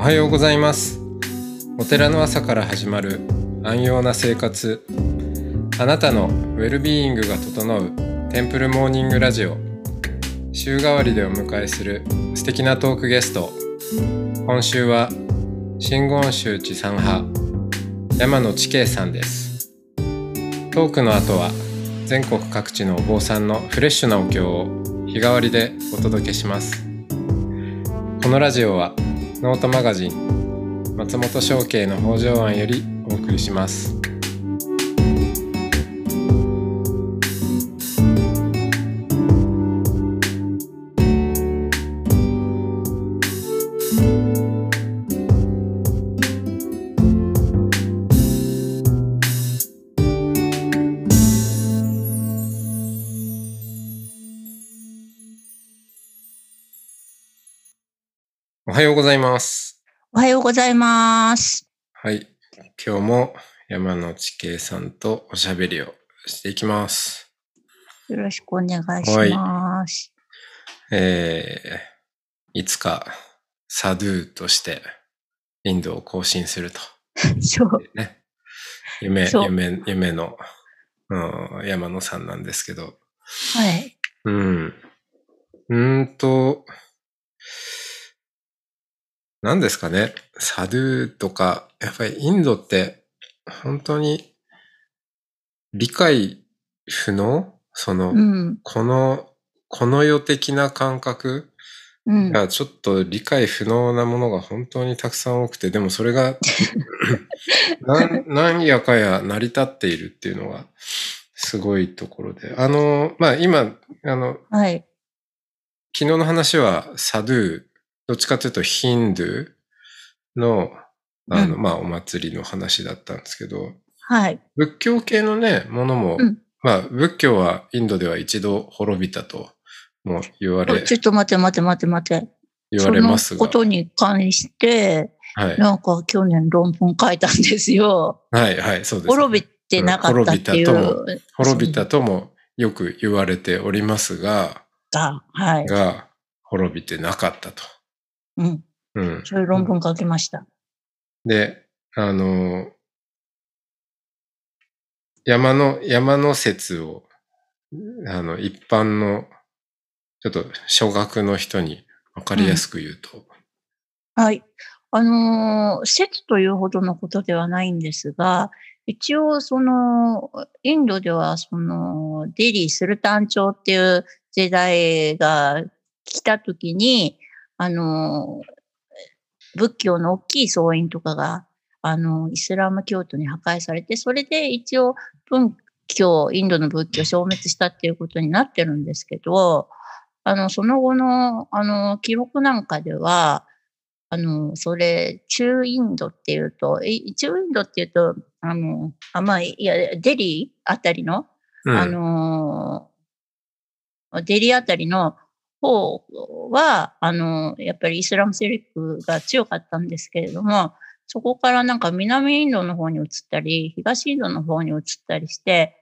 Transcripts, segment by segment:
はようございます。お寺の朝から始まる安養な生活、あなたのウェルビーイングが整うテンプルモーニングラジオ。週替わりでお迎えする素敵なトークゲスト。今週は真言宗智山派山野智恵さんです。トークの後は全国各地のお坊さんのフレッシュなお経を日替わりでお届けします。このラジオはノートマガジン松本商家の北条庵よりお送りします。おはようございます。 おはようございます。 はい、今日も山野智恵さんとおしゃべりをしていきます。 よろしくお願いします。 いつかサドゥとしてインドを行進すると、ね、夢の、山野さんなんですけど、 はい。 何ですかね、サドゥとか、やっぱりインドって本当に理解不能？この世的な感覚がちょっと理解不能なものが本当にたくさん多くて、でもそれが何やかや成り立っているっていうのがすごいところで。今、 はい、 昨日の話はサドゥ、どっちかというとヒンドゥの、お祭りの話だったんですけど、 はい。 仏教系のね、ものも、仏教はインドでは一度滅びたとも言われ。 ちょっと待って。 言われますが。 そのことに関して、 はい、 なんか去年論文書いたんですよ。 はいはい、そうです、ね。 滅びてなかったっていう。 滅びたともよく言われておりますが、 はい。 が滅びてなかったと。 そういう論文書きました。 で、山の説を、一般の、ちょっと小学の人に分かりやすく言うと。 はい。説というほどのことではないんですが、一応インドではデリー・スルタン朝っていう時代が来たときに、仏教の大きい僧院とかが、イスラム教徒に破壊されて、それで一応インドの仏教消滅したっていうことになってるんですけど、その後の、記録なんかでは、中インドっていうと、デリーあたりの、デリーあたりの方は、やっぱりイスラム勢力が強かったんですけれども、そこからなんか南インドの方に移ったり、東インドの方に移ったりして、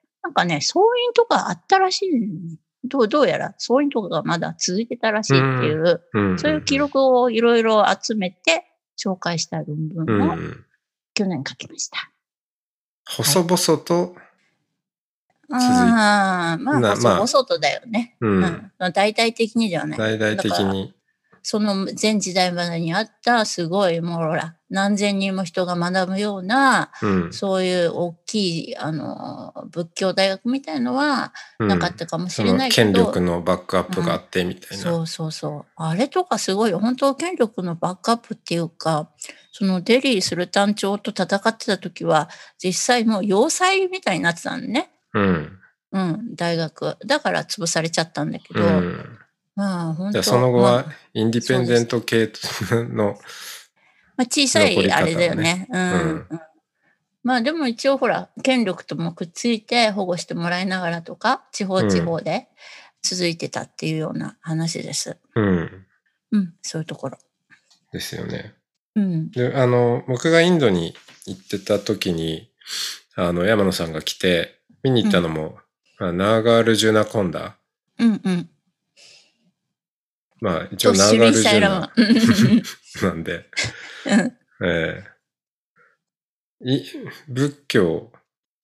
なんかね、僧院とかあったらしい。どうやら僧院とかがまだ続いてたらしいっていう、そういう記録をいろいろ集めて紹介した論文を去年書きました。 細々と細々とだよね。大々的にではない。 大々的に。 その前時代までにあったすごい何千人も人が学ぶような、そういう大きい仏教大学みたいのはなかったかもしれないけど、 権力のバックアップがあってみたいな。 そう。あれとかすごい本当権力のバックアップっていうか、そのデリー・スルタン朝と戦ってた時は実際もう要塞みたいになってたのね。大学だから潰されちゃったんだけど。 じゃあその後はインディペンデント系の小さいあれだよね。でも一応ほら権力ともくっついて保護してもらいながらとか地方で続いてたっていうような話です。そういうところですよね。で僕がインドに行ってた時に山野さんが来て見に行ったのも、ナーガールジュナコンダ。 まあ一応ナーガルジュナなんで、仏教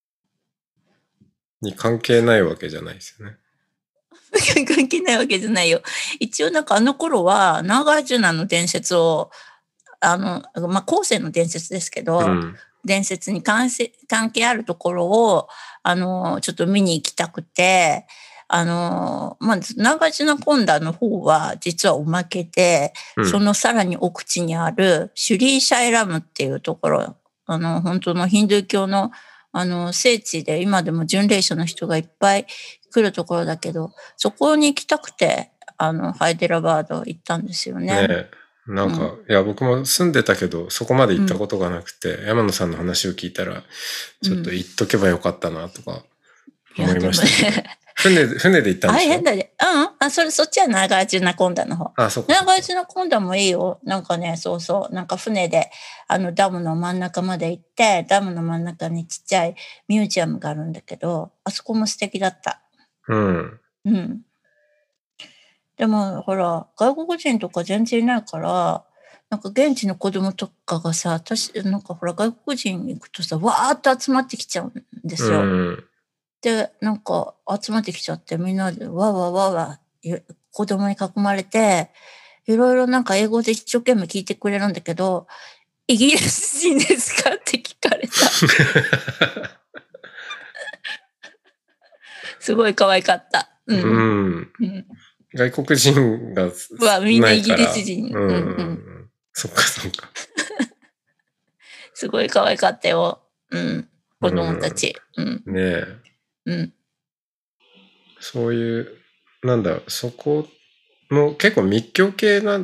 に関係ないわけじゃないですよね。 関係ないわけじゃないよ。一応なんかあの頃はナーガージュナの伝説を後世の伝説ですけど、伝説に関係あるところをちょっと見に行きたくて、ナーガージュナコンダの方は実はおまけで、そのさらに奥地にあるシュリーシャイラムっていうところ、本当のヒンドゥー教の聖地で今でも巡礼者の人がいっぱい来るところだけど、そこに行きたくてハイデラバード行ったんですよね。 ねえ、なんか、いや僕も住んでたけどそこまで行ったことがなくて、山野さんの話を聞いたらちょっと行っとけばよかったなとか思いましたけど、船で行ったんでしょ？ 大変だね。そっちはナーガージュナコンダの方。ナーガージュナコンダもいいよ。なんかね、なんか船でダムの真ん中まで行って、ダムの真ん中にちっちゃいミュージアムがあるんだけど、あそこも素敵だった。でもほら、外国人とか全然いないから、なんか現地の子供とかがさ、なんかほら外国人に行くとさ、わーっと集まってきちゃうんですよ。で、なんか集まってきちゃって、みんなでわわわわ子供に囲まれて、いろいろなんか英語で一生懸命聞いてくれるんだけど、イギリス人ですかって聞かれた。すごい可愛かった。 外国人がみんなイギリス人。 そっかそっか。 すごい可愛かったよ。子供たち。 ねえ。そういう、なんだ、そこの結構密教系な。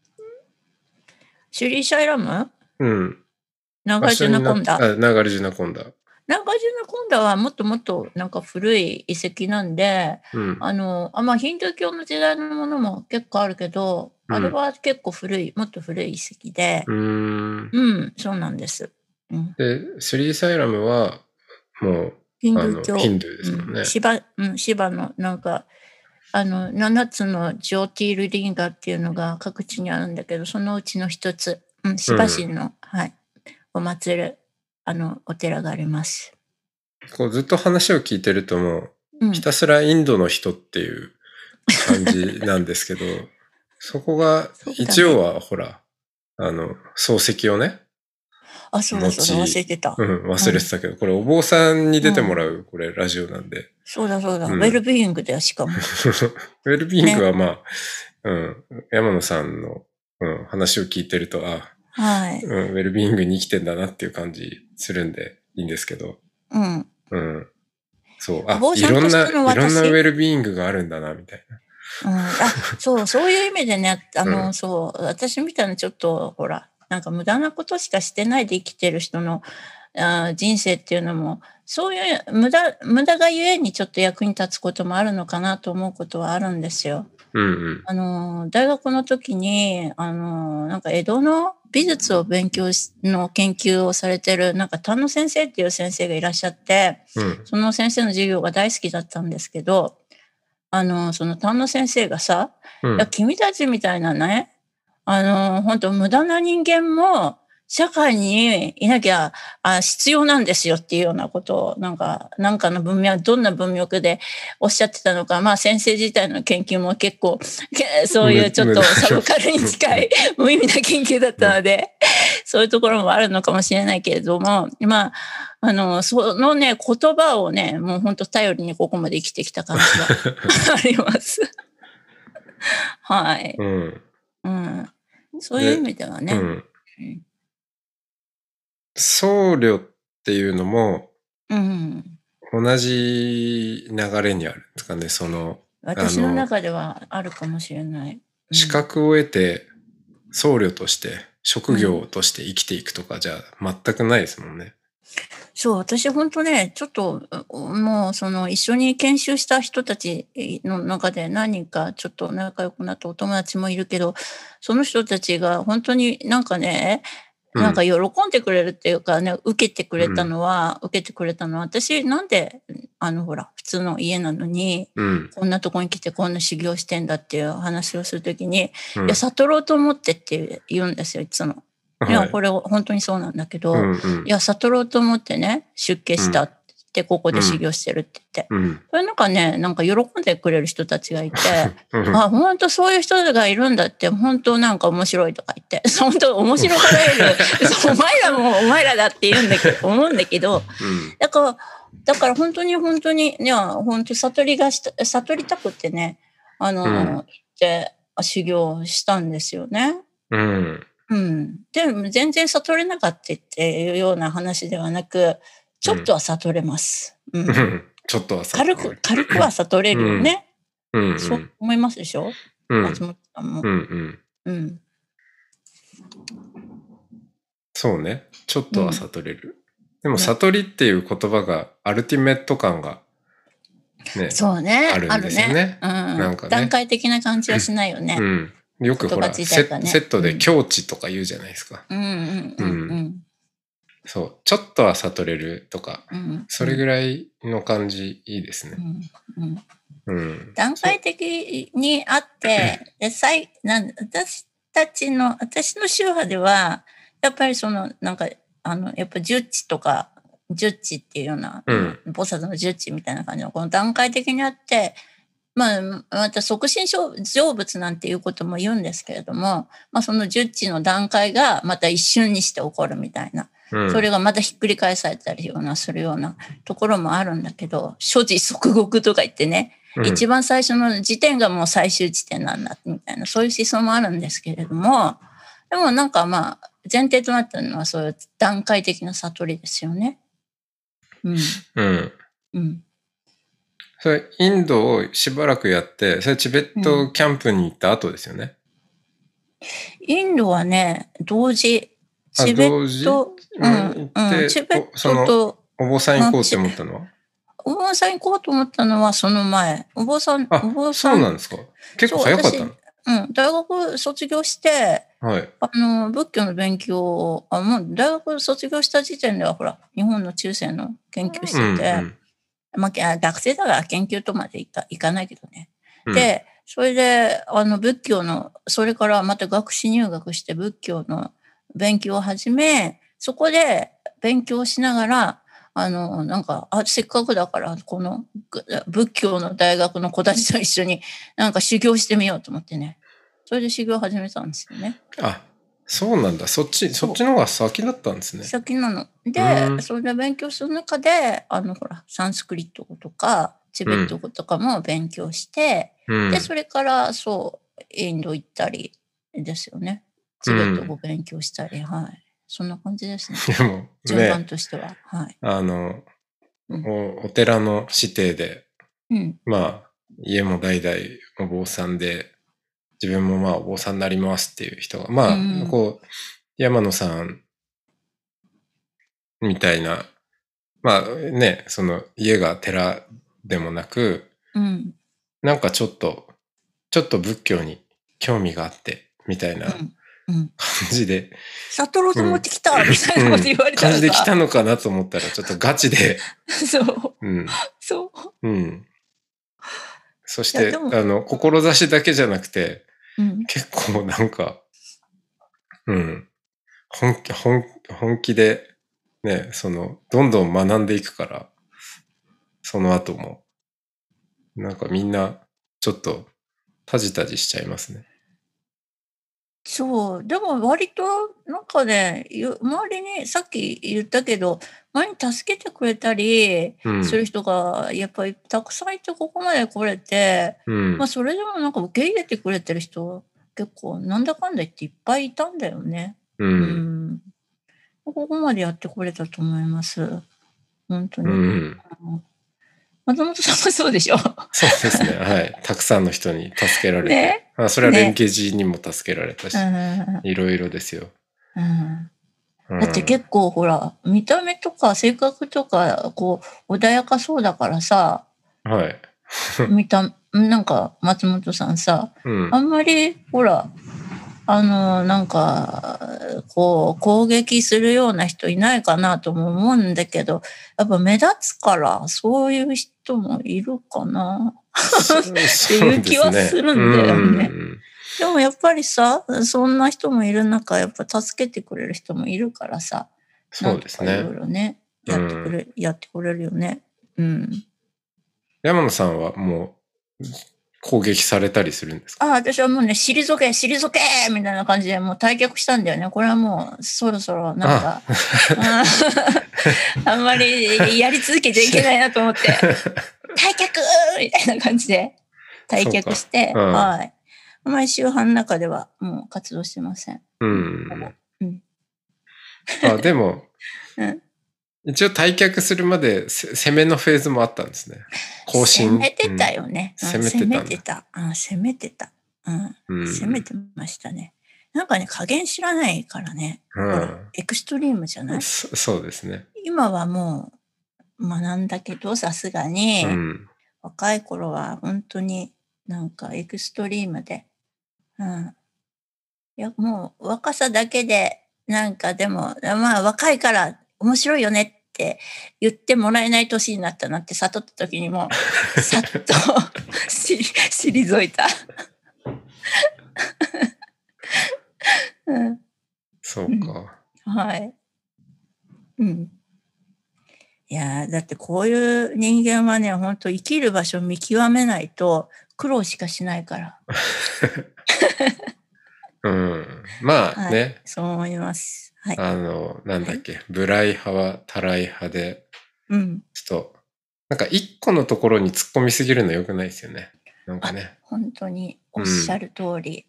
シュリーシャイラム？ナーガナルジュナコンダ。 ナーガルジュナコンダ。 ナーガルジュナコンダはもっともっとなんか古い遺跡なんで、ヒンドゥー教の時代のものも結構あるけど、あれは結構もっと古い遺跡で、そうなんです。 で、シュリーサイラムはもうヒンドゥー教。 ヒンドゥーですもんね。 シバのなんか、7つのジョーティールリンガっていうのが各地にあるんだけど、そのうちの一つ、シバ神の、お祭る、お寺があります。 こうずっと話を聞いてるともう、ひたすらインドの人っていう感じなんですけど、そこが一応はほら、漱石をね、 そうだ忘れてた。 忘れてたけど、これお坊さんに出てもらう、これラジオなんで。 そうだ、ウェルビーイングだよ、しかも。 ウェルビーイングはまあ、山野さんの、話を聞いてると、ウェルビーイングに生きてんだなっていう感じするんでいいんですけど。そう、いろんなウェルビーイングがあるんだな、みたいな。 そういう意味でね、私みたいなちょっと、ほら、なんか無駄なことしかしてないで生きてる人の人生っていうのも、そういう無駄がゆえにちょっと役に立つこともあるのかなと思うことはあるんですよ。大学の時に、なんか江戸の美術を研究をされてる、なんか丹野先生っていう先生がいらっしゃって、その先生の授業が大好きだったんですけど、その丹野先生がさ、いや君たちみたいなね、本当無駄な人間も社会にいなきゃ必要なんですよっていうようなことをなんかの文脈、どんな文脈でおっしゃってたのか、先生自体の研究も結構そういうちょっとサブカルに近い無意味な研究だったので、そういうところもあるのかもしれないけれども、そのね、言葉をね、もう本当頼りにここまで生きてきた感じがあります。はい。そういう意味ではね。 僧侶っていうのも、同じ流れにあるんですかね、 私の中ではあるかもしれない。 資格を得て、僧侶として、職業として生きていくとかじゃ全くないですもんね。 そう、私本当ね、ちょっと、もう一緒に研修した人たちの中で何人かちょっと仲良くなったお友達もいるけど、その人たちが本当になんかね、なんか喜んでくれるっていうかね、受けてくれたのは、私なんでほら、普通の家なのに、こんなとこに来てこんな修行してんだっていう話をするときに、いや、悟ろうと思ってって言うんですよ、いつも。いや、これ本当にそうなんだけど、いや、悟ろうと思ってね、出家したって言って、ここで修行してるって言って。これなんかね、なんか喜んでくれる人たちがいて、あ、本当そういう人がいるんだって、本当なんか面白いとか言って、本当面白がられる、お前らもお前らだって言うんだけど、思うんだけど、だから本当に、いや、本当悟りたくってね、行って修行したんですよね。でも全然悟れなかったっていうような話ではなく、ちょっとは悟れます。 ちょっとは悟れる。 軽くは悟れるよね。そう思いますでしょ？松本さんも。 そうね。ちょっとは悟れる。でも悟りっていう言葉がアルティメット感がね、 そうね、 あるんですよね。 なんかね。段階的な感じはしないよね。 よくほら、セットで境地とか言うじゃないですか。そう。ちょっとは悟れるとか、それぐらいの感じいいですね。 段階的にあって、私の宗派では、やっぱりなんか、やっぱ十地とか、十地っていうような、菩薩の十地みたいな感じの、この段階的にあって、また即身成仏なんていうことも言うんですけれども、その十地の段階がまた一瞬にして起こるみたいな、それがまたひっくり返されたりするようなところもあるんだけど、諸事即刻とか言ってね、一番最初の時点がもう最終地点なんだみたいな、そういう思想もあるんですけれども、でもなんか前提となったのはそういう段階的な悟りですよね。 それインドをしばらくやって、それチベットキャンプに行った後ですよね。 インドはね、同時。チベット、チベットと、 お坊さん行こうって思ったのはお坊さん行こうと思ったのはその前。お坊さん。 そうなんですか。結構早かったの？ 大学卒業して、仏教の勉強を、もう大学卒業した時点ではほら、日本の中世の研究してて、学生だから研究とまでいかないけどね。で、それで、仏教の、それからまた学士入学して仏教の勉強を始め、そこで勉強しながら、なんか、せっかくだから、この仏教の大学の子たちと一緒になんか修行してみようと思ってね。それで修行を始めたんですよね。 そうなんだ。そっちの方が先だったんですね。 先なの。で、それで勉強する中で、ほら、サンスクリット語とか、チベット語とかも勉強して、で、それから、インド行ったりですよね。チベット語勉強したり、そんな感じですね。 でも、ね、 順番としては。 お寺の指定で、家も代々お坊さんで、自分もお坊さんになりますっていう人が、山野さんみたいな、その家が寺でもなく、なんかちょっと仏教に興味があって、みたいな感じで。 悟ろうと思ってきたみたいなこと言われたら感じで来たのかなと思ったら、ちょっとガチで。 そう。そう。 そして、志だけじゃなくて、結構なんか、本気で、ね、どんどん学んでいくから、その後も、なんかみんな、ちょっと、タジタジしちゃいますね。 そう。でも割と、なんかね、周りに、さっき言ったけど、前に助けてくれたりする人が、やっぱりたくさんいて、ここまで来れて、それでもなんか受け入れてくれてる人、結構、なんだかんだ言っていっぱいいたんだよね。ここまでやってこれたと思います。本当に。松本さんもそうでしょ？ そうですね。はい。たくさんの人に助けられて。それは連携寺にも助けられたし、いろいろですよ。 だって結構ほら、見た目とか性格とか、穏やかそうだからさ、なんか松本さんさ、あんまりほら、 なんか、こう、攻撃するような人いないかなとも思うんだけど、やっぱ目立つから、そういう人もいるかなっていう気はするんだよね。でもやっぱりさ、そんな人もいる中、やっぱ助けてくれる人もいるからさ、 そうですね。 なんとかいろいろね、やってくれるよね。うん。 山野さんはもう攻撃されたりするんですか？ 私はもうね、退けみたいな感じでもう退却したんだよね。これはもうそろそろなんか、あんまりやり続けちゃいけないなと思って、退却みたいな感じで退却して、はい。あんまり周波の中ではもう活動してません。 でも、一応退却するまで攻めのフェーズもあったんですね。更新。 攻めてたよね。攻めてた。攻めてましたね。なんかね、加減知らないからね。ほら、エクストリームじゃない？ そうですね。 今はもう学んだけど、さすがに、若い頃は本当になんかエクストリームで、いや、もう若さだけで、なんかでも、まあ若いから面白いよねって言ってもらえない年になったなって悟った時にも、さっと退いた。 そうか。 はい。いやだってこういう人間はね、本当生きる場所見極めないと苦労しかしないから。 まあね、 そう思います。はい。 なんだっけ、無頼派は多来派で、ちょっと、なんか一個のところに突っ込みすぎるの良くないですよね。なんかね。 本当におっしゃる通り。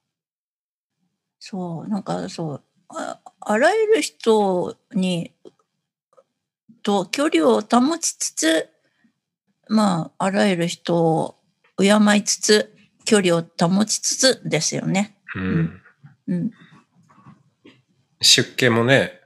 そう、なんかそう、あらゆる人と距離を保ちつつ、まあ、あらゆる人を敬いつつ、距離を保ちつつですよね。 出家もね、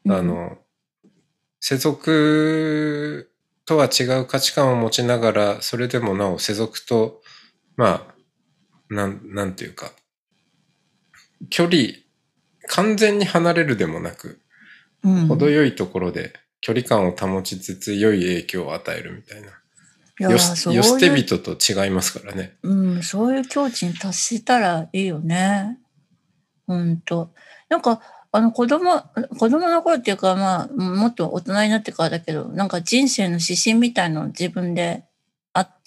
世俗とは違う価値観を持ちながら、それでもなお世俗と、まあ、なんていうか、距離、完全に離れるでもなく、程よいところで距離感を保ちつつ良い影響を与えるみたいな。よ捨て人と違いますからね。 そういう境地に達したらいいよね。なんか、子供の頃っていうか、まあ、もっと大人になってからだけど、なんか人生の指針みたいの自分であって、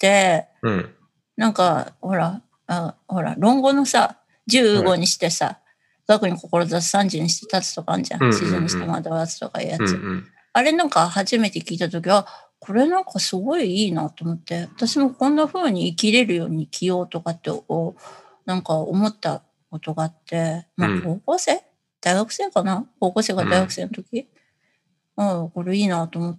なんか、ほら、論語のさ、15にしてさ、学に志す30にして立つとかあるじゃん。自然にして惑わずとかいうやつ。あれなんか初めて聞いたときは、これなんかすごいいいなと思って、私もこんな風に生きれるように生きようとかってなんか思ったことがあって、まあ高校生、大学生かな、高校生が大学生の時、これいいなと思って、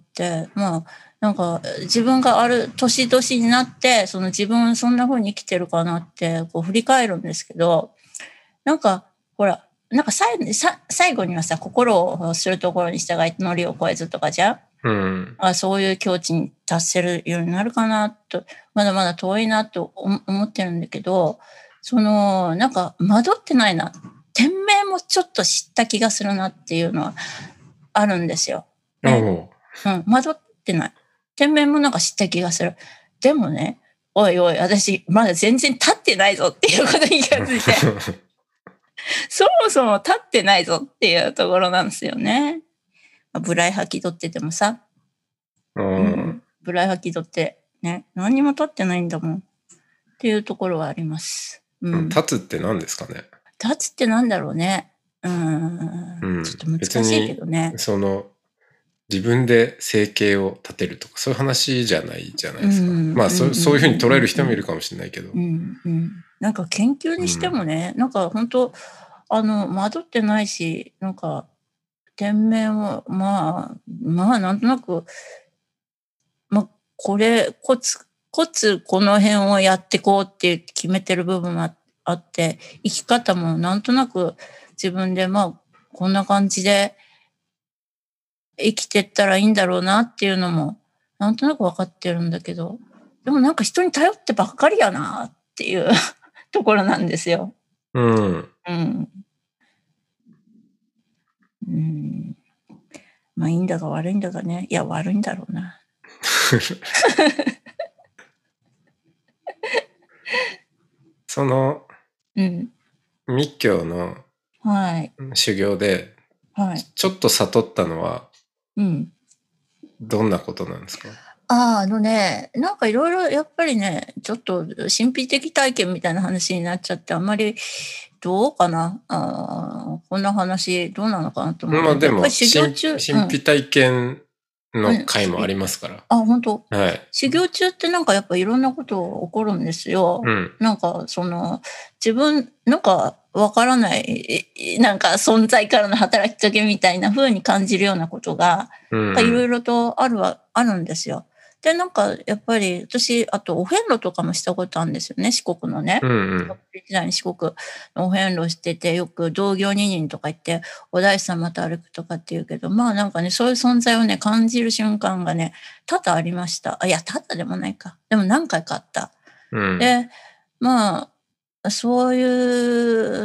まあなんか自分がある年々になって、その自分そんな風に生きてるかなってこう振り返るんですけど、なんかほら、なんか最後にはさ、心をするところに従いノリを超えずとかじゃん、そういう境地に達せるようになるかなと、まだまだ遠いなと思ってるんだけど、なんか惑ってないな。天命もちょっと知った気がするなっていうのはあるんですよ。惑ってない。天命もなんか知った気がする。でもね、おいおい、私まだ全然立ってないぞっていうことに気がついて。そもそも立ってないぞっていうところなんですよね。無頼派気取っててもさ。無頼派気取ってね、何にも立ってないんだもん。っていうところはあります。 立つって何ですかね。 立つってなんだろうね。ちょっと難しいけどね。 自分で生計を立てるとかそういう話じゃないじゃないですか。まあそういうふうに捉える人もいるかもしれないけど。 なんか研究にしてもね、なんか本当惑ってないし、なんか天命もまあなんとなくこれコツこの辺をやってこうって決めてる部分があって、生き方もなんとなく自分でこんな感じで生きてったらいいんだろうなっていうのもなんとなく分かってるんだけど、でもなんか人に頼ってばっかりやなっていうところなんですよ。 うん。うん。まあいいんだか悪いんだかね。いや、悪いんだろうな。 そのうん。 密教のはい。 修行ではい。 ちょっと悟ったのはうん。 どんなことなんですか？ なんかいろいろやっぱりね、ちょっと神秘的体験みたいな話になっちゃって、あんまりどうかな、こんな話どうなのかなと思うんだけど、やっぱりまあでも修行中、 神秘体験のうん、 回もありますから。 本当。 はい。 修行中ってなんかやっぱいろんなこと起こるんですよ。 うん。 なんか自分、なんかわからない、なんか存在からの働きかけみたいな風に感じるようなことが、いろいろとあるんですよ。で、なんかやっぱり私、あとお遍路とかもしたことあるんですよね、四国のね。 うんうん。 学生時代に四国のお遍路してて、よく道行二人とか言って、お大師様と歩くとかっていうけど、まあなんかね、そういう存在をね、感じる瞬間がね、多々ありました。いや、多々でもないか。でも何回かあった。 うん。 で、まそういう、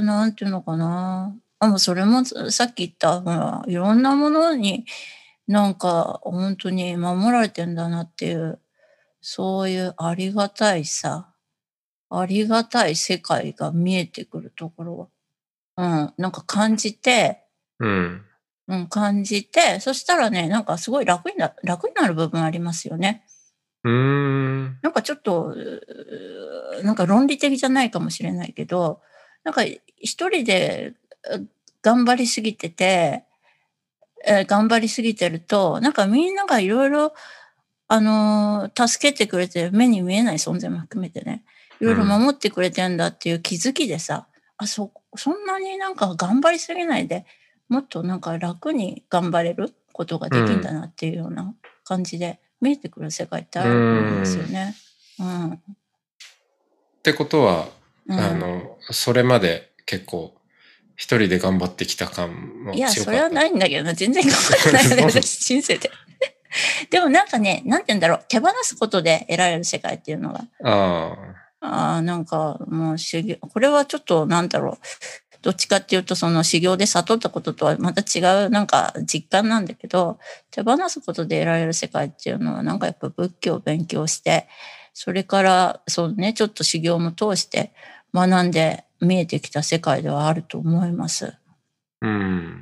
なんていうのかな。もうそれもさっき言った、いろんなものになんか本当に守られてんだなっていう、そういうありがたいさ、ありがたい世界が見えてくるところは、なんか感じて、 うん。 感じて、そしたらね、なんかすごい楽になる部分ありますよね。 うーん。 なんかちょっと、なんか論理的じゃないかもしれないけど、なんか一人で、頑張りすぎてて、頑張りすぎてると、なんかみんながいろいろ助けてくれて、目に見えない存在も含めてね、いろいろうん。 守ってくれてんだっていう気づきでさ、そんなになんか頑張りすぎないで、もっとなんか楽に頑張れることができんだうん。 なっていうような感じで、見えてくる世界ってうあると思うんですん。っよね。うん。 てことは、 うん。 それまで結構一人で頑張ってきた感もいや、それは強かった。 ないんだけどな。全然頑張ってないよね、 そう。 私、人生で。でもなんかね、なんて言うんだろう、手放すことで得られる世界っていうのが、 ああ。 なんかもう修行、これはちょっとなんだろう、どっちかっていうとその修行で悟ったこととはまた違うなんか実感なんだけど、手放すことで得られる世界っていうのはなんかやっぱ仏教を勉強して、それからそうね、ちょっと修行も通して学んで見えてきた世界ではあると思います。 うん。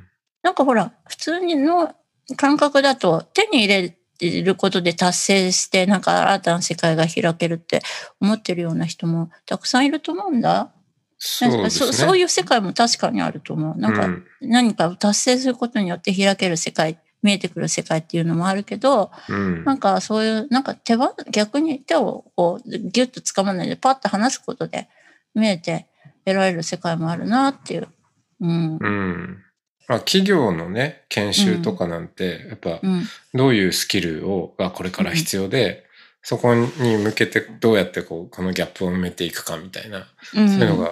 なんかほら、普通にの感覚だと手に入れることで達成して、なんか新たな世界が開けるって思ってるような人もたくさんいると思うんだ。なんそうでかそういすね。 う世界も確かにあると思う。なんかうん。 何かを達成することによって開ける世界、見えてくる世界っていうのもあるけど、 うん。 なんかそういう、なんか逆に手をこうギュッと掴まないでパッと離すことで見えて得られる世界もあるなっていう。うん。 うん。まあ、企業のね、研修とうん。 かなんて、やっぱ、 うん。 どういうスキルがこれからうん。 必要で、そこに向けてどうやってこのギャップを埋めていくかみたいな、 うん。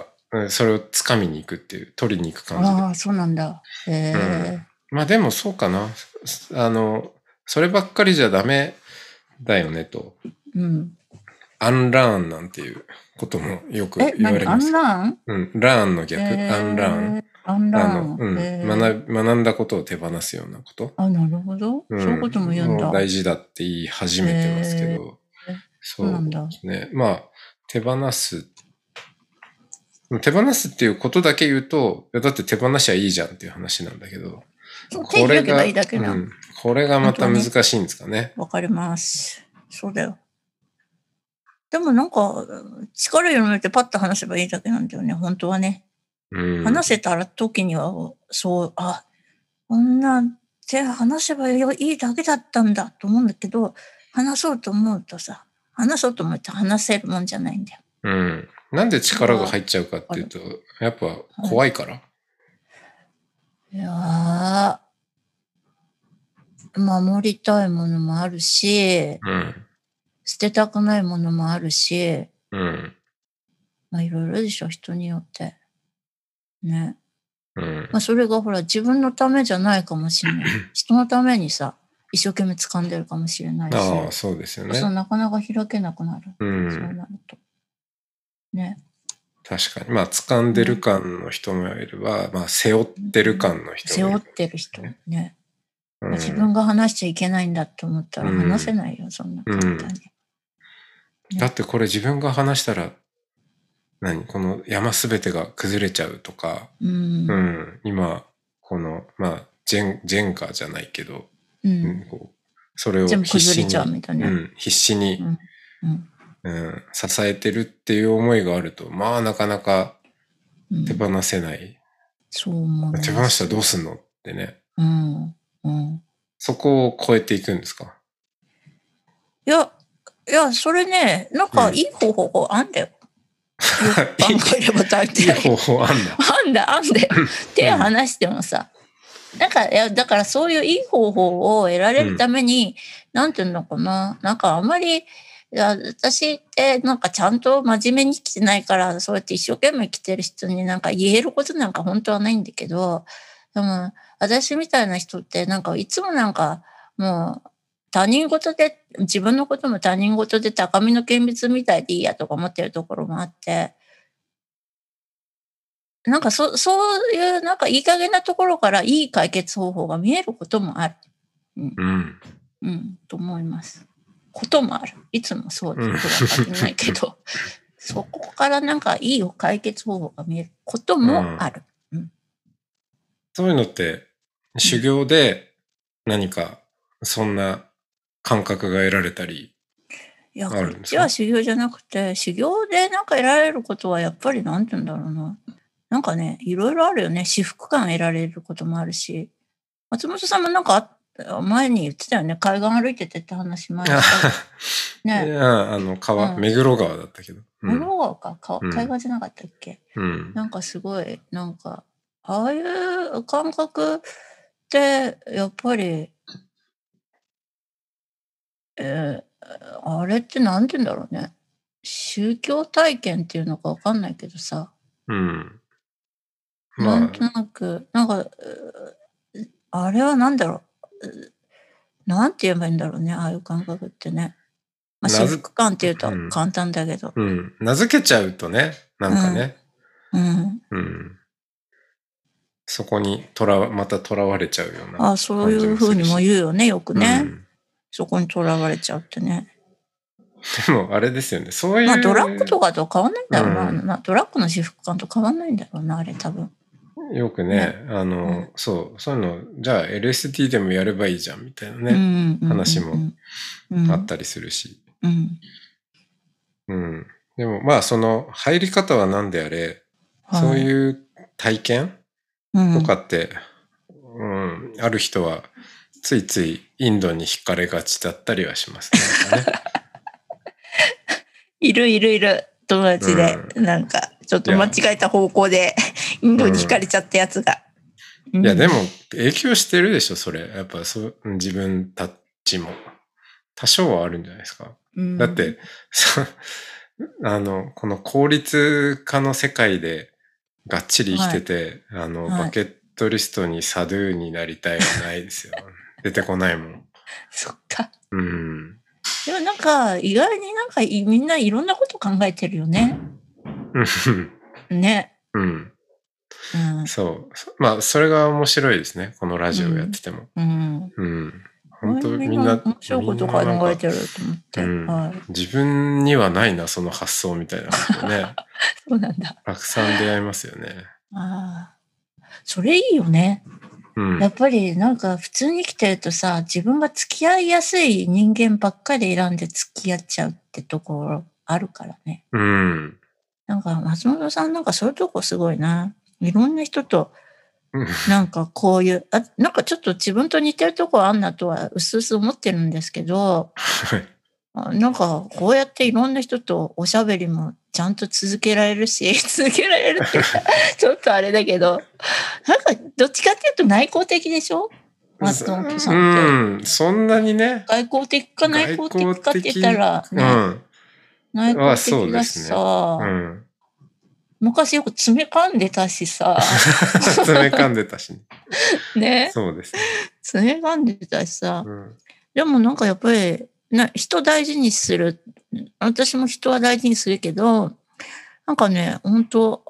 そういうのが、それを掴みに行くっていう、取りに行く感じで。 ああ、そうなんだ。へうん。 え。 まあでもそうかな。あの、そればっかりじゃダメだよねと。 うん。 アンラーンなんていうこともよく言わ何アれます。 ンラーン？ うん。ラーンのへ逆、アンラーン。 アンラーン。へえ。 学んだことを手放すようなこと。 なるほど。 うん。 そういうことも言うんもうだ。 大事だって言い始めてますけへど、 え。そうなそうんだ。 ですね。まあ、手放すっていうことだけ言うと、いやだって手放しはいいじゃんっていう話なんだけど、 手開けばいいこれが、 だけな。 これがまた難本当はね。 しいんですかね。 わかります。そうだよ。でもなんか、力緩めてパッと話せばいいだけなんだよね、本当はね。 うん。 話せたら時には、こんな手話せばいいだけだったんだと思うんだけど、話そうと思うとさ、話そうと思って話せるもんじゃないんだよ。 うん。なんでそれは力が入っちゃうかっていうと、やっぱはい。 怖いから。 いや守りたいものもあるし、 うん。 捨てたくないものもあるし、 うん。 いろいろでしょ、人によって。ね。 うん。 それがほら、自分のためじゃないかもしれない。人のためにさ、一生懸命掴んでるかもしれないああ、 し、 そうですよそうね。 なかなか開けなくなる。 うそうん。 なると。ね。 確かに。まあ、掴んでる感の人もいれば、まあ、背負ってる感の人背負っもいる。 てる人ね。 うん、 自分が話しちゃいけないんだって思ったら話せないよ、そんな簡単に。 だってこれ自分が話したら、この山すべてが崩れちゃうとか、今、この、まあ、ジェンガじゃないけど、こうそれを必死に、必死に、支えてるっていう思いがあると、まあなかなか手放せない。 そう思う。 手放したらどうすんのってね。そこを超えていくんですか？ いや、それね、なんかいい方法あんだよ。よく考えれば大体。 いい方法あんだ。 あんだよ。手離してもさ。なんか、だからそういういい方法を得られるために、なんていうのかな。なんかあんまり、私ってなんかちゃんと真面目に生きてないから、そうやって一生懸命生きてる人になんか言えることなんか本当はないんだけど、でも私みたいな人ってなんかいつもなんかもう他人事で、自分のことも他人事で高みの見物みたいでいいやとか思ってるところもあって、なんかそういうなんかいい加減なところからいい解決方法が見えることもある。と思います。こともある。いつもそうとは限らないけど、そこからなんかいい解決方法が見えることもある。 そういうのって修行で何かそんな感覚が得られたりあるんですか？ いや、修行じゃなくて、修行でなんか得られることはやっぱりなんて言うんだろうな。なんかね、いろいろあるよね。至福感得られることもあるし。松本さんもなんか前に言ってたよね。海岸歩いててって話前にしたね。目黒川だったけど。 目黒川か。海岸じゃなかったっけ？なんかすごい、なんか、ああいう感覚って、やっぱり、あれってなんて言うんだろうね。宗教体験っていうのかわかんないけどさ。なんとなく、なんか、あれはなんだろう。なんて言えばいいんだろうね、ああいう感覚ってね。まあ、至福感って言うと簡単だけど。 名付けちゃうとね、なんかね。そこにまた囚われちゃうような。 そういうふうにも言うよね、よくね。そこに囚われちゃうってね。 でもあれですよね、そういう。 まあドラッグとかと変わんないんだろうな。ドラッグの至福感と変わんないんだろうな、あれ多分。 よくね、そういうの、じゃあ LSD でもやればいいじゃんみたいなね、話もあったりするし。でもまあその入り方は何であれ、そういう体験とかって、ある人はついついインドに惹かれがちだったりはしますね。 いる友達で、なんかちょっと間違えた方向でインドに惹かれちゃったやつが。 いやでも影響してるでしょ、それ。やっぱ自分たちも多少はあるんじゃないですか。だってこの効率化の世界でがっちり生きてて、バケットリストにサドゥになりたいはないですよ。出てこないもん。 そっか。でもなんか、意外になんかみんないろんなこと考えてるよね。ね。 そう。まあ、それが面白いですね。このラジオやってても。本当みんな面白いこと考えてると思って。 自分にはないな、その発想みたいなことね。 そうなんだ。 たくさん出会いますよね。 それいいよね。やっぱりなんか普通に生きてるとさ、自分が付き合いやすい人間ばっかり選んで付き合っちゃうってところあるからね。なんか松本さんなんかそういうとこすごいな。いろんな人と、なんかこういう、なんかちょっと自分と似てるとこあんなとはうすうす思ってるんですけど、なんかこうやっていろんな人とおしゃべりもちゃんと続けられるし、続けられるって言ったらちょっとあれだけど、なんかどっちかっていうと内向的でしょ？松本さんって。 そんなにね。 外向的か内向的かって言ったらね、内向的だしさ、昔よく詰め噛んでたしさ。 詰め噛んでたしね。ね。 そうですね。 詰め噛んでたしさ。でもなんかやっぱり、人大事にする。私も人は大事にするけど、 なんかね、本当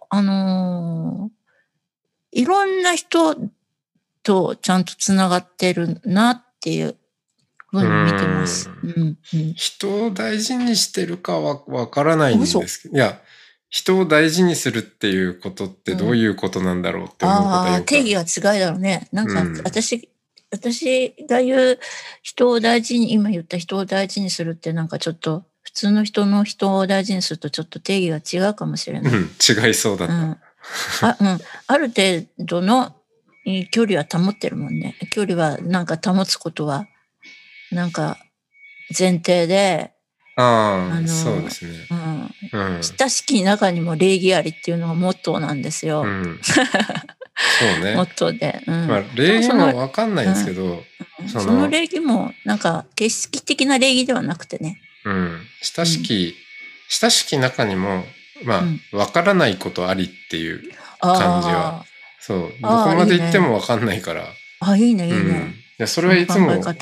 いろんな人とちゃんとつながってるなっていうふうに見てます。 人を大事にしてるかはわからないん嘘。 ですけど、いや、人を大事にするっていうことってどういうことなんだろうって思うことはよくある。 定義が違いだろうね。なんか、私が言う人を大事に、今言った人を大事にするってなんかちょっと、普通の人を大事にするとちょっと定義が違うかもしれない。 違いそうだった。 ある程度の距離は保ってるもんね。距離はなんか保つことは、なんか前提で、 そうですね。 親しき中にも礼儀ありっていうのがモットーなんですよ。 そうね。 モットーで。 礼儀もわかんないですけど、 その礼儀もなんか形式的な礼儀ではなくてね。 親しき中にも、わからないことありっていう感じは。そう。どこまで行ってもわかんないから。 いいね、いいね。 いや、それはいつも考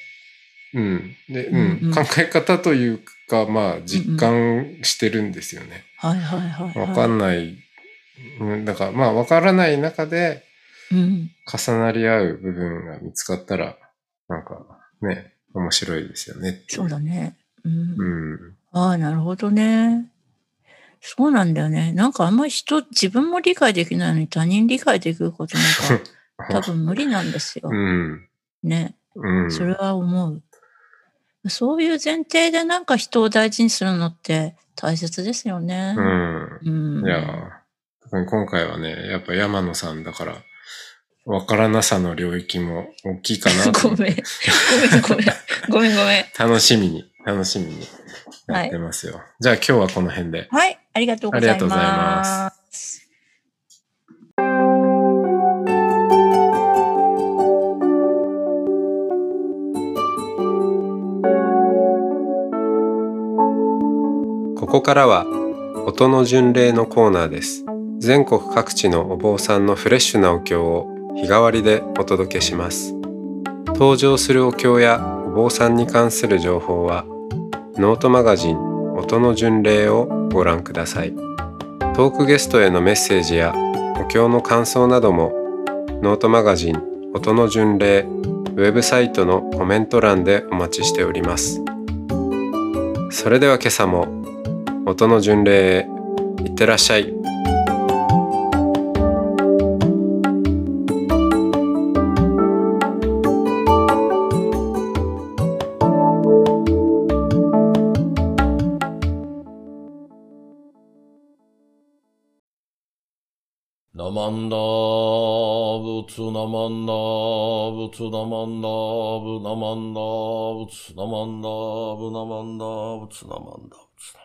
え方というか、実感してるんですよね。わかんない。だから、わからない中で、重なり合う部分が見つかったら、なんかね、面白いですよね。 そうだね。なるほどね。そうなんだよね。なんかあんまり自分も理解できないのに他人理解できることなんか多分無理なんですよ。ね。それは思う。そういう前提でなんか人を大事にするのって大切ですよね。 いや、特に今回はね、やっぱ山野さんだから、わからなさの領域も大きいかなと思って。 ごめん。 楽しみにやってますよ。じゃあ今日はこの辺で。 はい、ありがとうございます。ありがとうございます。 ここからは音の巡礼のコーナーです。全国各地のお坊さんのフレッシュなお経を日替わりでお届けします。登場するお経やお坊さんに関する情報はノートマガジン音の巡礼をご覧ください。トークゲストへのメッセージやお経の感想などもノートマガジン音の巡礼ウェブサイトのコメント欄でお待ちしております。それでは今朝も音の巡礼へいってらっしゃい。 ナマンダーブツナマンダーブツナマンダーブナマンダーブツナマンダーブナマンダーブツナマンダーブツナ。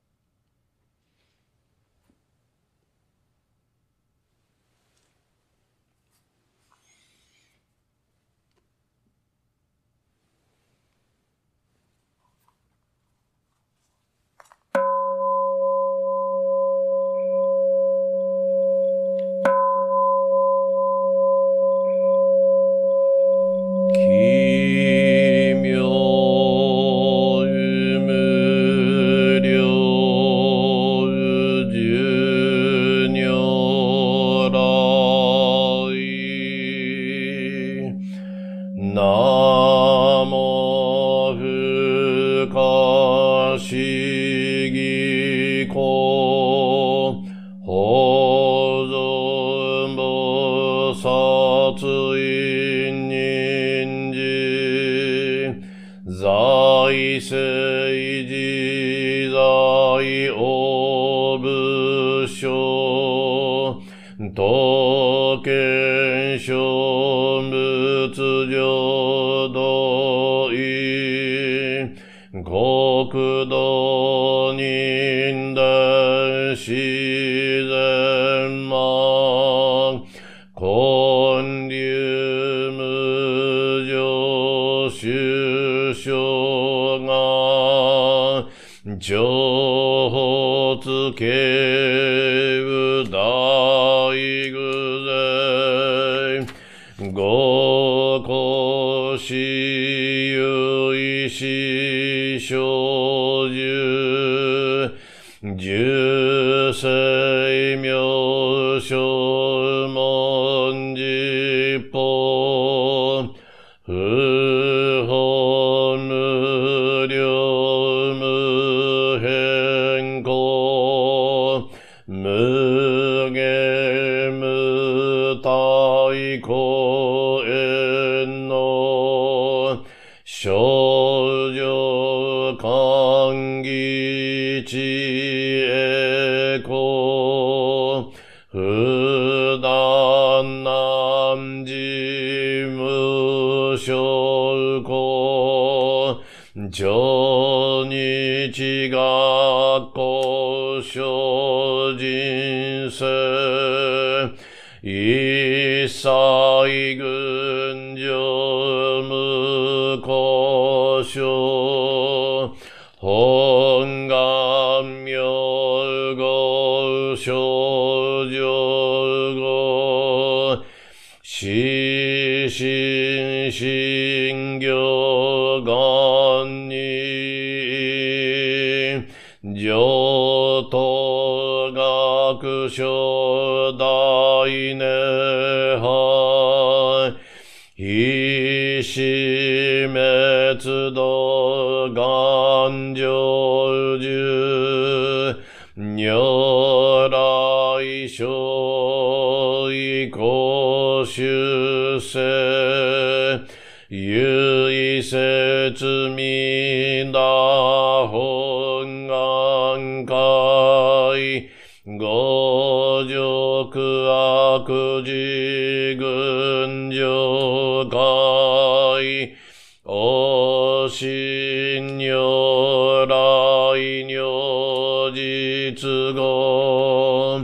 国土人伝自然万建立無常修正が上発形無大偶然五個子有意思小十十世無変更、無限無体公縁の少女歓喜知恵子、不断難事無償公、上日学校小人生、一切群上無故障、本願名号少女語、死心心行願に、上等学書大涅槃、非死滅度願成就、如来所以公修世、唯説弥陀本願会、五辱悪事群上会、お信如来如実語、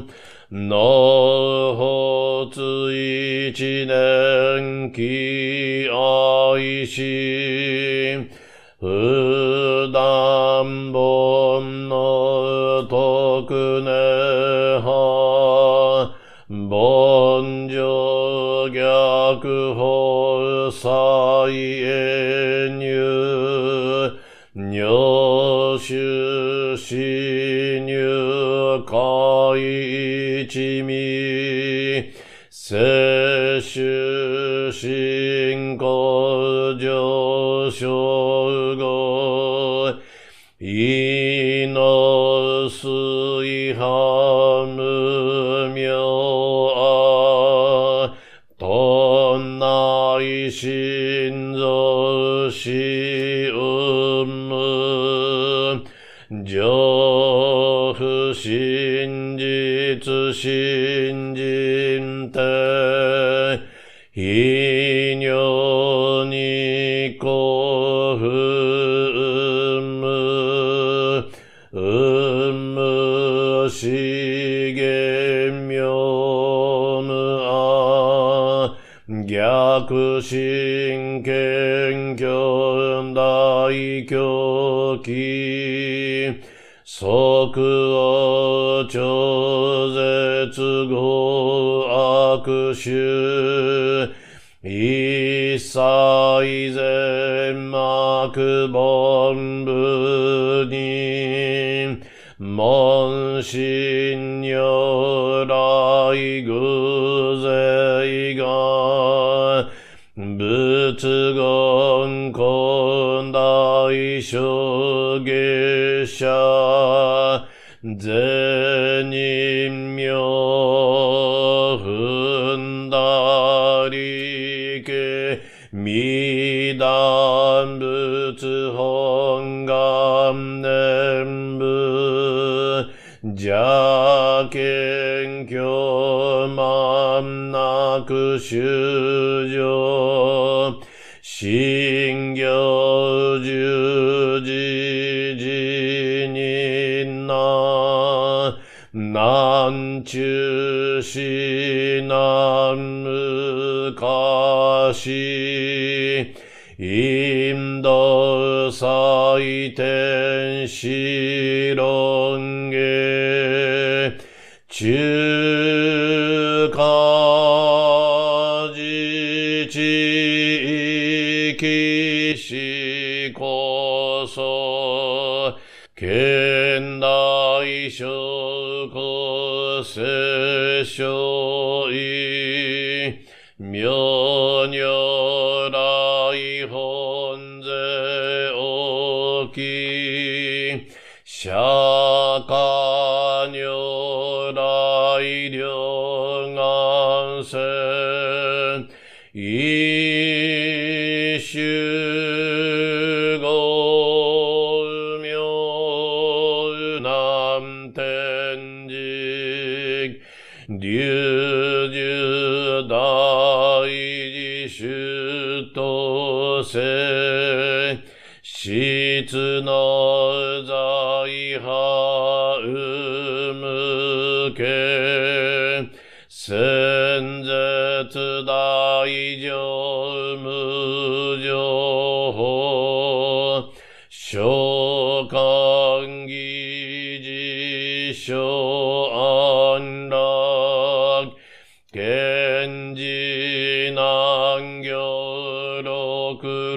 納発一年期愛し、不断煩悩徳涅槃、凡上逆法再遠入、如種死入海一味、摂取信仰上昇語、意の水波無明あ、とんない心臓死運無、上不真実信心て、非如に幸福無資源妙無あ、逆心謙虚大狂気、即応超絶語悪臭、一切全幕凡部に、門心如来偶勢が、仏言根大小下者、善人名踏んだりけ、未断仏本願念仏、邪見狂慢なく修行、信行十字自人な、難中死難無可視、インド祭天子論下、中華自治域史こそ、現代諸国聖書意、妙如来本勢大きい、 釈迦如来両願世一種五名南天竺龍樹大事主とせ質の財派向け先絶大乗無常法召喚議事所安楽賢治難行六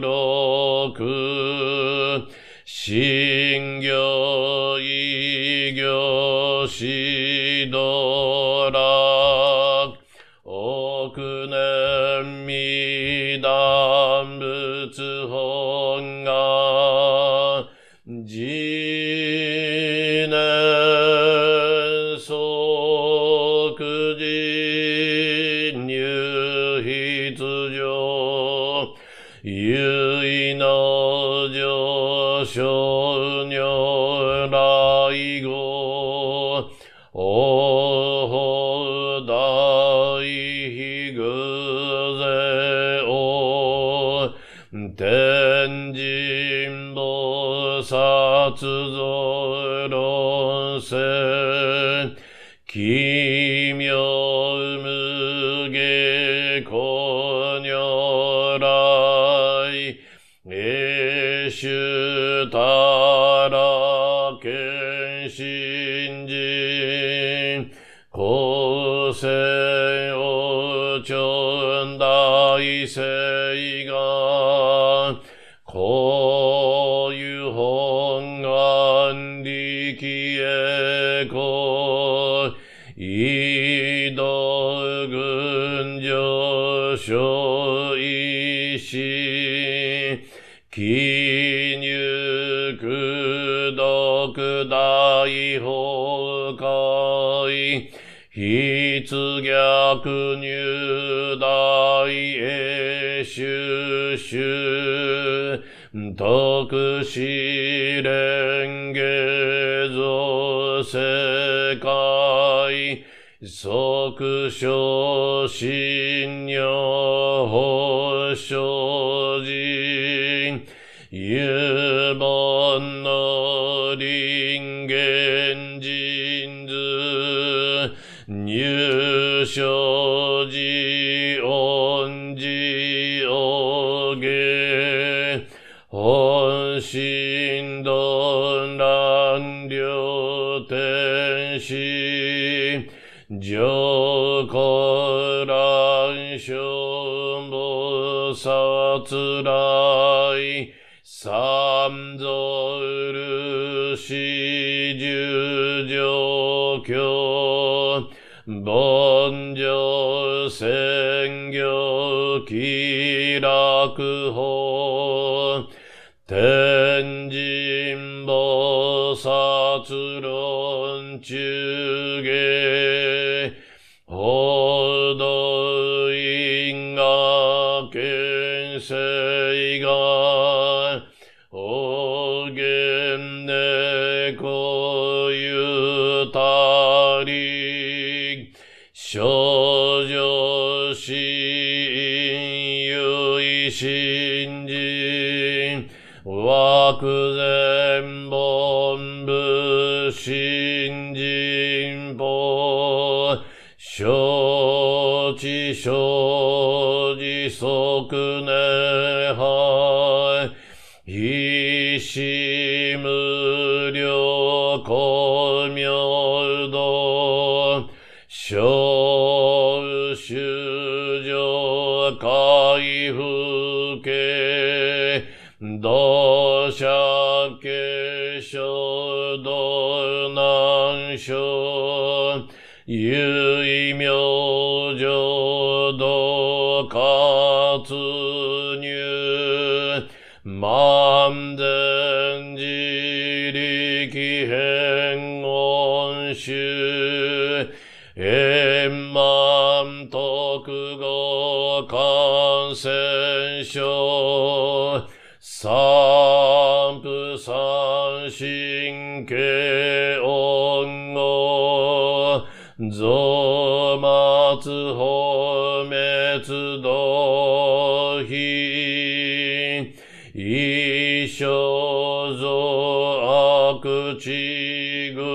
六信行異行指導楽億年未断仏本願次年即時入筆上唯の上昇如来語おほ大悲偶然を天神菩薩像論世奇妙無下公如来永主たら見信心公正王長大聖願こういう本願力へこ移動群上昇意志記入功徳大崩壊筆逆入大永修修徳試練下造世界即所信如法生人有門の人間人図入生寺恩寺お下本心論乱領天使上古乱小菩薩来三蔵ルシ十条教凡上専業気楽法天神菩薩論中下報道因果見世がおげんねこゆたり少女心唯心人枠前本部新人法承知承知即涅槃一子無量光明道小修上回復系道者継承道難所唯名浄土活入万全寺理気変音臭円満特語感染症三不三神経音語増末放滅動非一生増悪地偶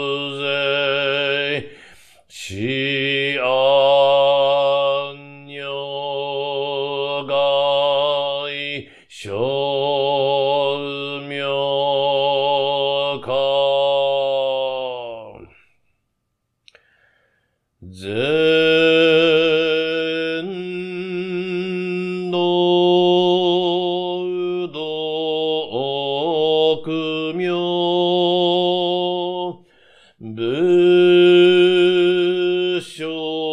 税死安女害小名か全道道名武将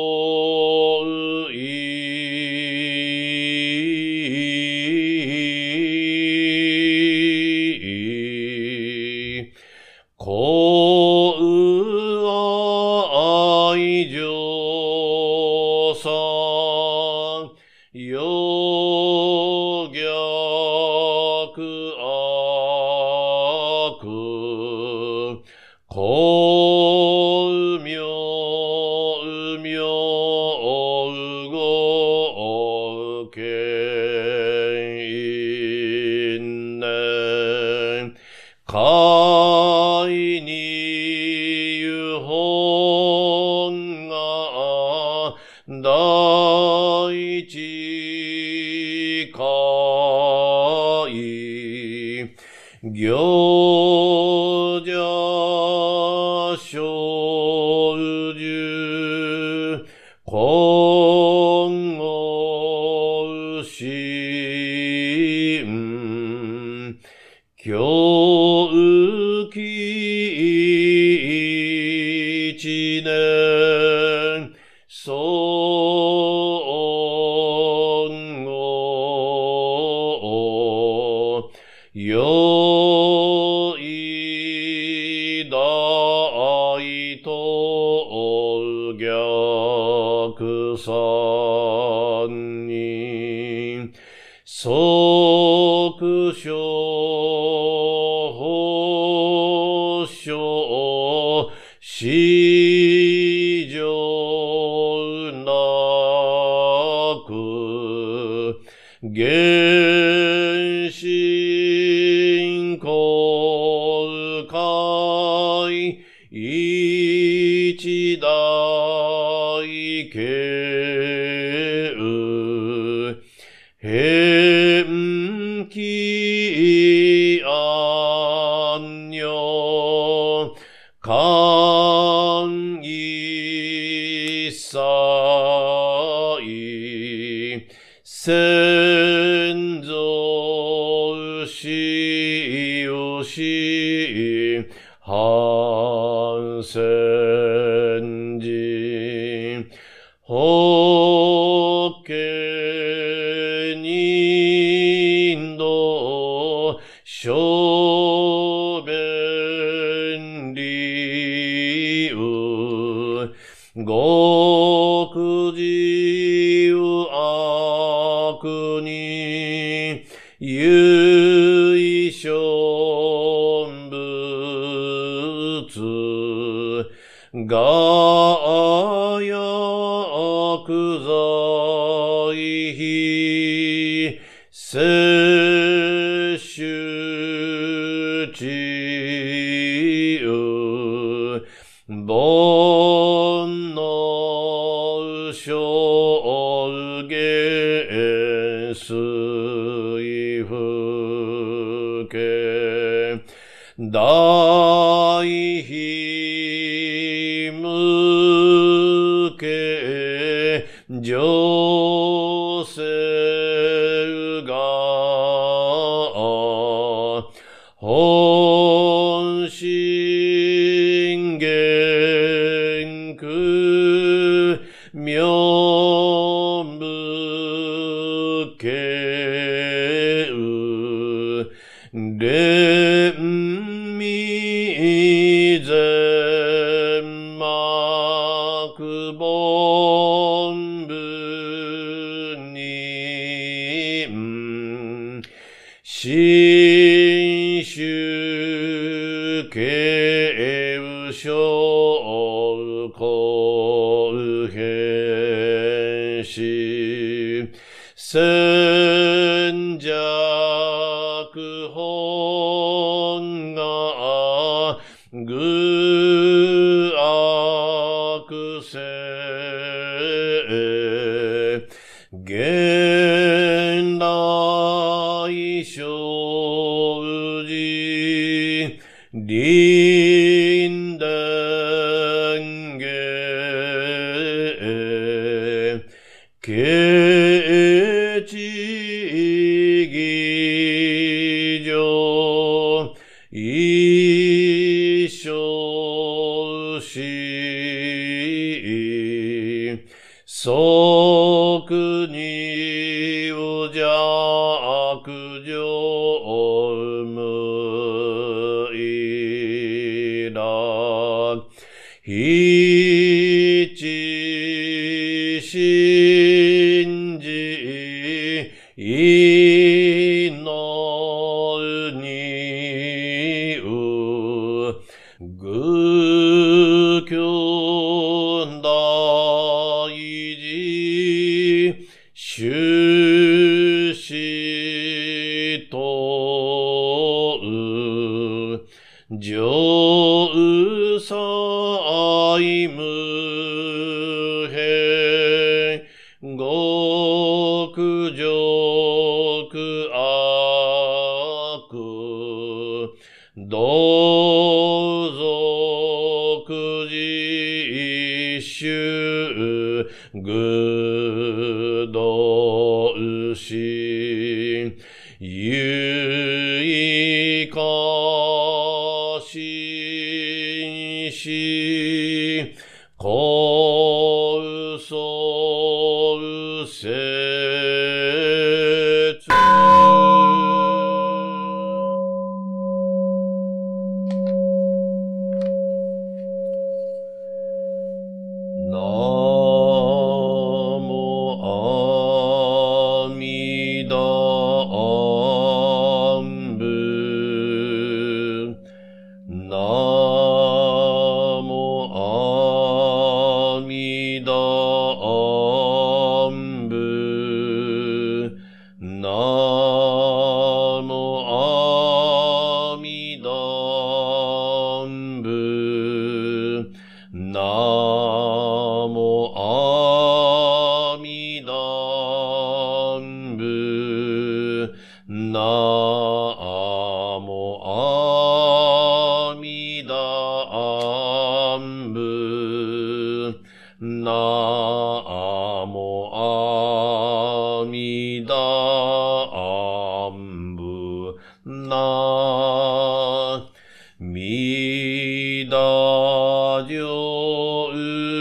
幸運愛情さよ逆悪光明明語権因年海にゆ本が大地海行者小樹今後心教期一年尊語よい大と逆三人即所小市場なく原神公開一大慶返帰安女寛一切先祖死よし反戦時法家人道小便理由極自悪に唯小物が薬剤費摂取治癒煩悩小下水不敬大悲無敬上世が本心元空妙無敬憐憫然幕本部に新種形無償公変し戦弱本が愚悪性現代生じ臨伝下形地義上一生し即に無弱上無意楽一信じ祈に愚教大事終始と上細無変極上悪同族自主愚道し有意化心し高僧説南無阿弥陀仏南無阿弥陀仏南無阿弥陀仏南無阿弥陀仏南無阿弥陀仏南無阿弥陀仏南弥陀成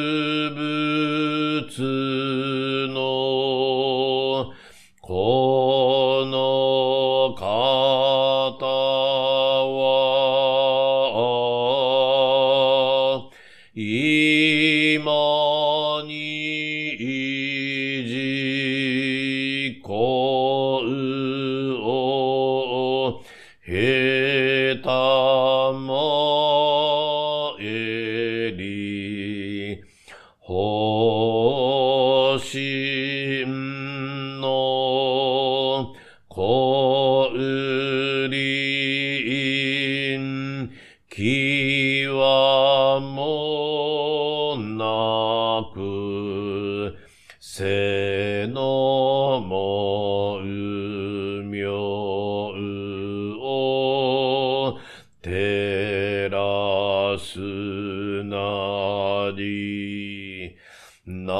仏のこの方は今に実行を経たまえり方針の小売気はもなくせのもう妙を照らすなり南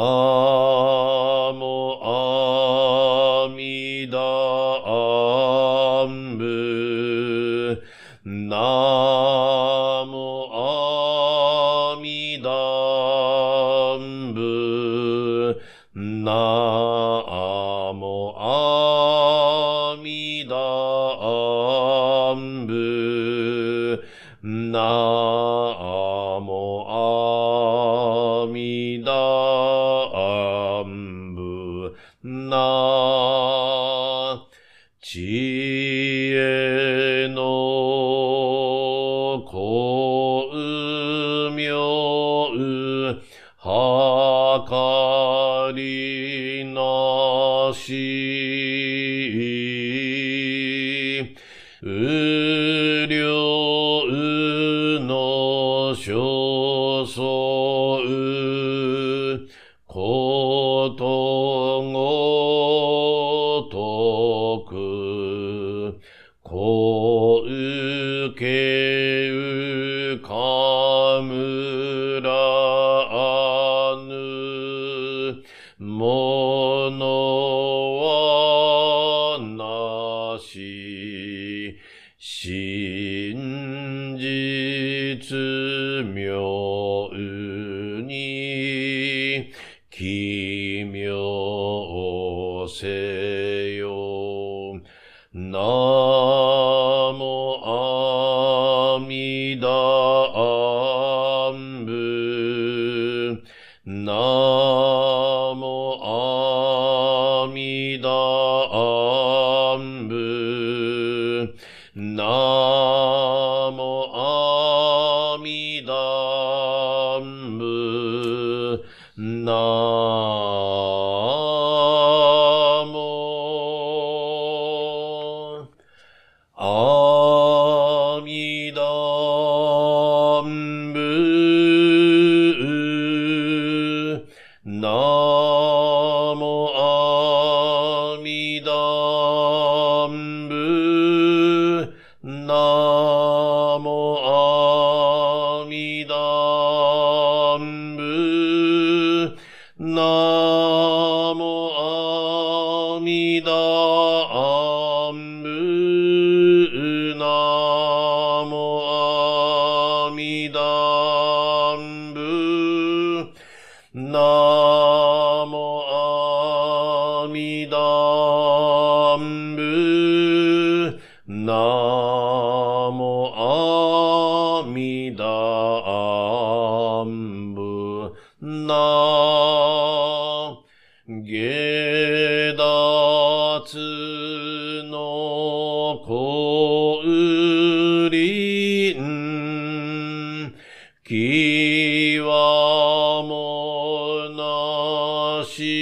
無阿弥陀仏南無阿弥陀仏南無阿弥陀仏南も阿弥陀仏な知恵の光明はかりなし無量の所相ことごとくこうけうかむらぬものはなし真実妙に奇妙せよ。なも阿弥陀仏。なも阿弥陀仏。なも阿弥陀仏。なも阿弥陀仏。なも阿弥陀仏。なも阿弥陀仏。なも阿弥陀仏。なも阿弥陀仏。なも阿弥陀仏。なも阿弥陀仏。な下脱の光輪きわもな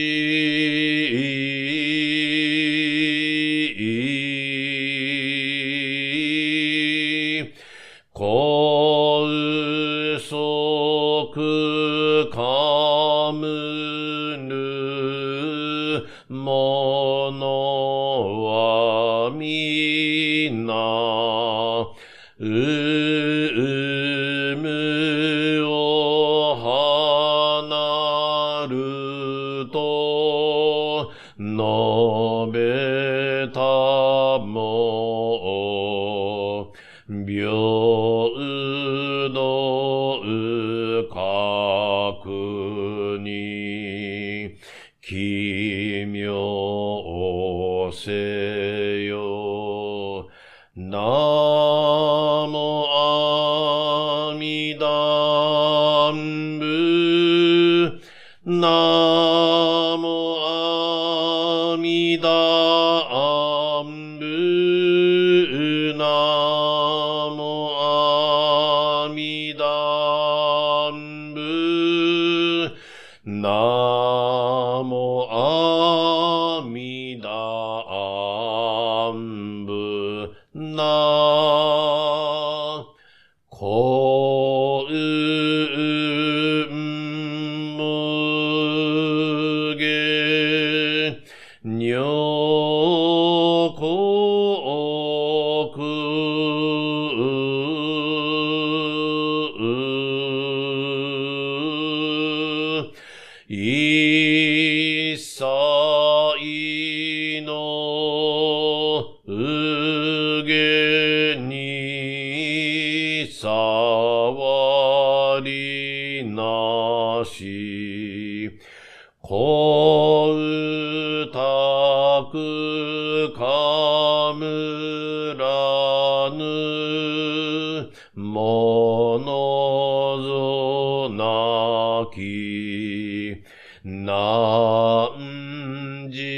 しこうそくかむぬものはみなうむを離ると述べたも平等覚に奇妙せよ。なも阿弥陀仏。なも阿弥陀仏。なも阿弥陀仏。なも阿弥陀仏。なこうむげ女国一切のうげにさわりなしこうたくかむらぬものぞなき、なんじ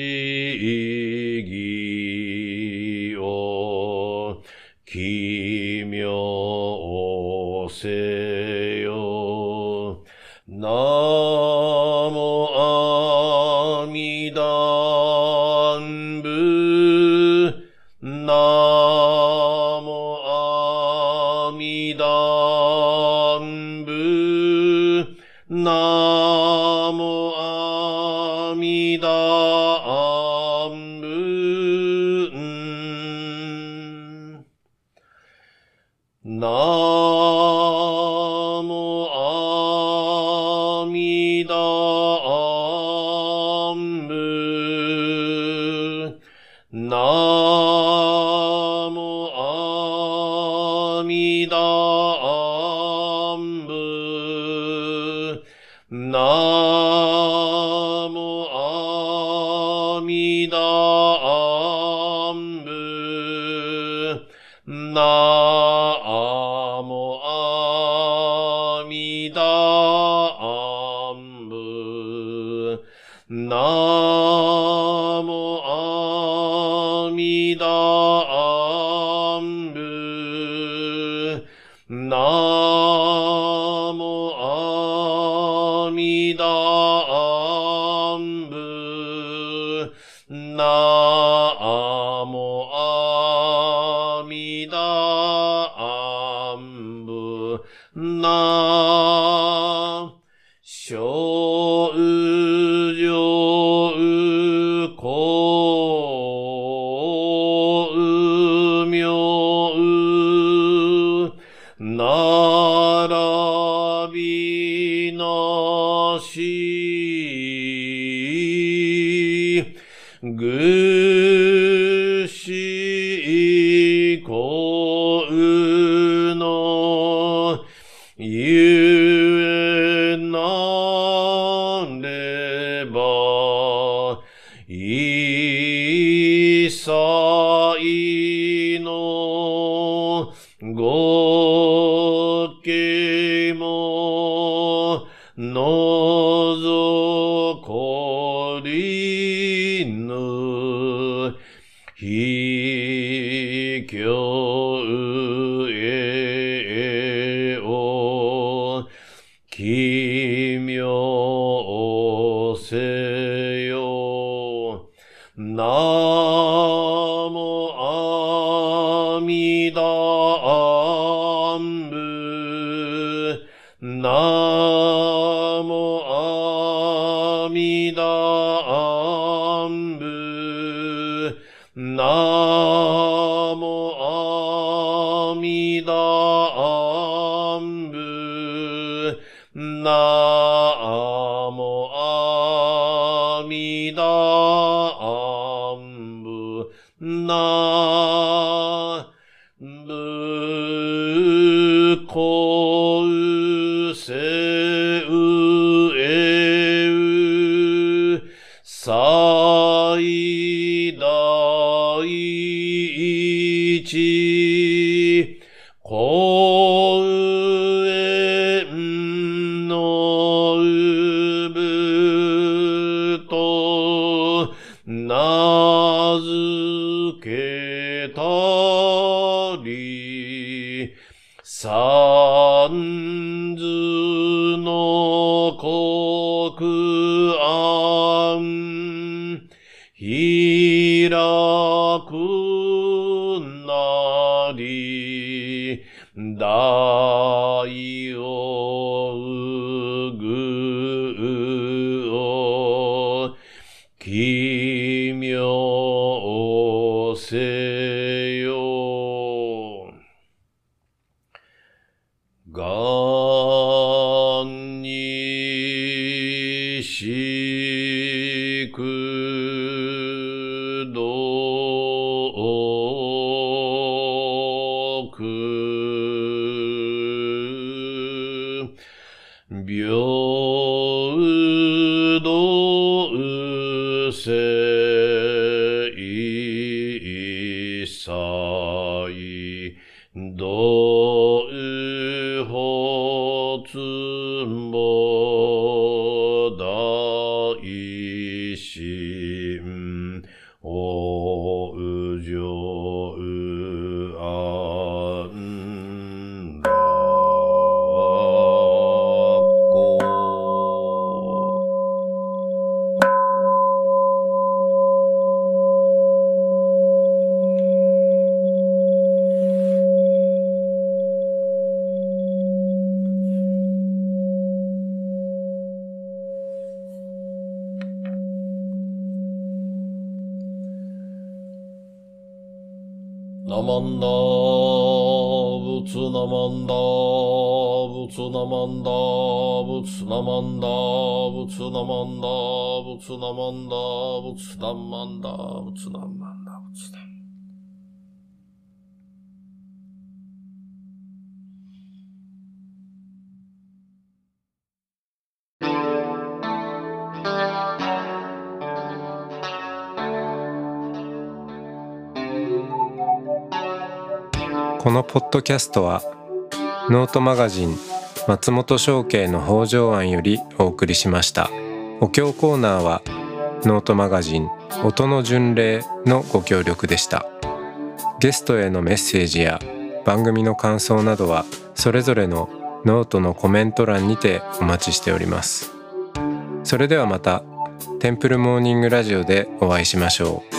ぎを、奇妙せよ。なもあみだんぶ、なもあみだんぶ、なもあみだんぶ、なもあみだんぶ、なもあみだんぶ、なもあみだんぶ、なもあみだんぶ、なもあみだんぶ、なもあみだんぶ、なもあみだんぶ、な少女公明ならびなしぐしこうのゆえなればいさいのごけものぞこりぬひきょうえお奇妙せよ。なもあみだんぶ、なもあみだんぶ、なもあみだんぶ、なもあみだんぶ、なぶこうせうえう最大一公園のうぶと名付けたり三途の国安開くなり大をうぐを奇妙せよ。がんにしくどく平等せ一切道法つぼ大神おうじょうあんらこナマンダ仏ナマンダ仏ナマンダ仏ナマンダ仏ナマンダ仏ナマンダ仏ナマンダ仏ナマンダ仏ナ。 このポッドキャストはノートマガジン松本商家の北条庵よりお送りしました。お経コーナーはノートマガジン音の巡礼のご協力でした。ゲストへのメッセージや番組の感想などはそれぞれのノートのコメント欄にてお待ちしております。それではまたテンプルモーニングラジオでお会いしましょう。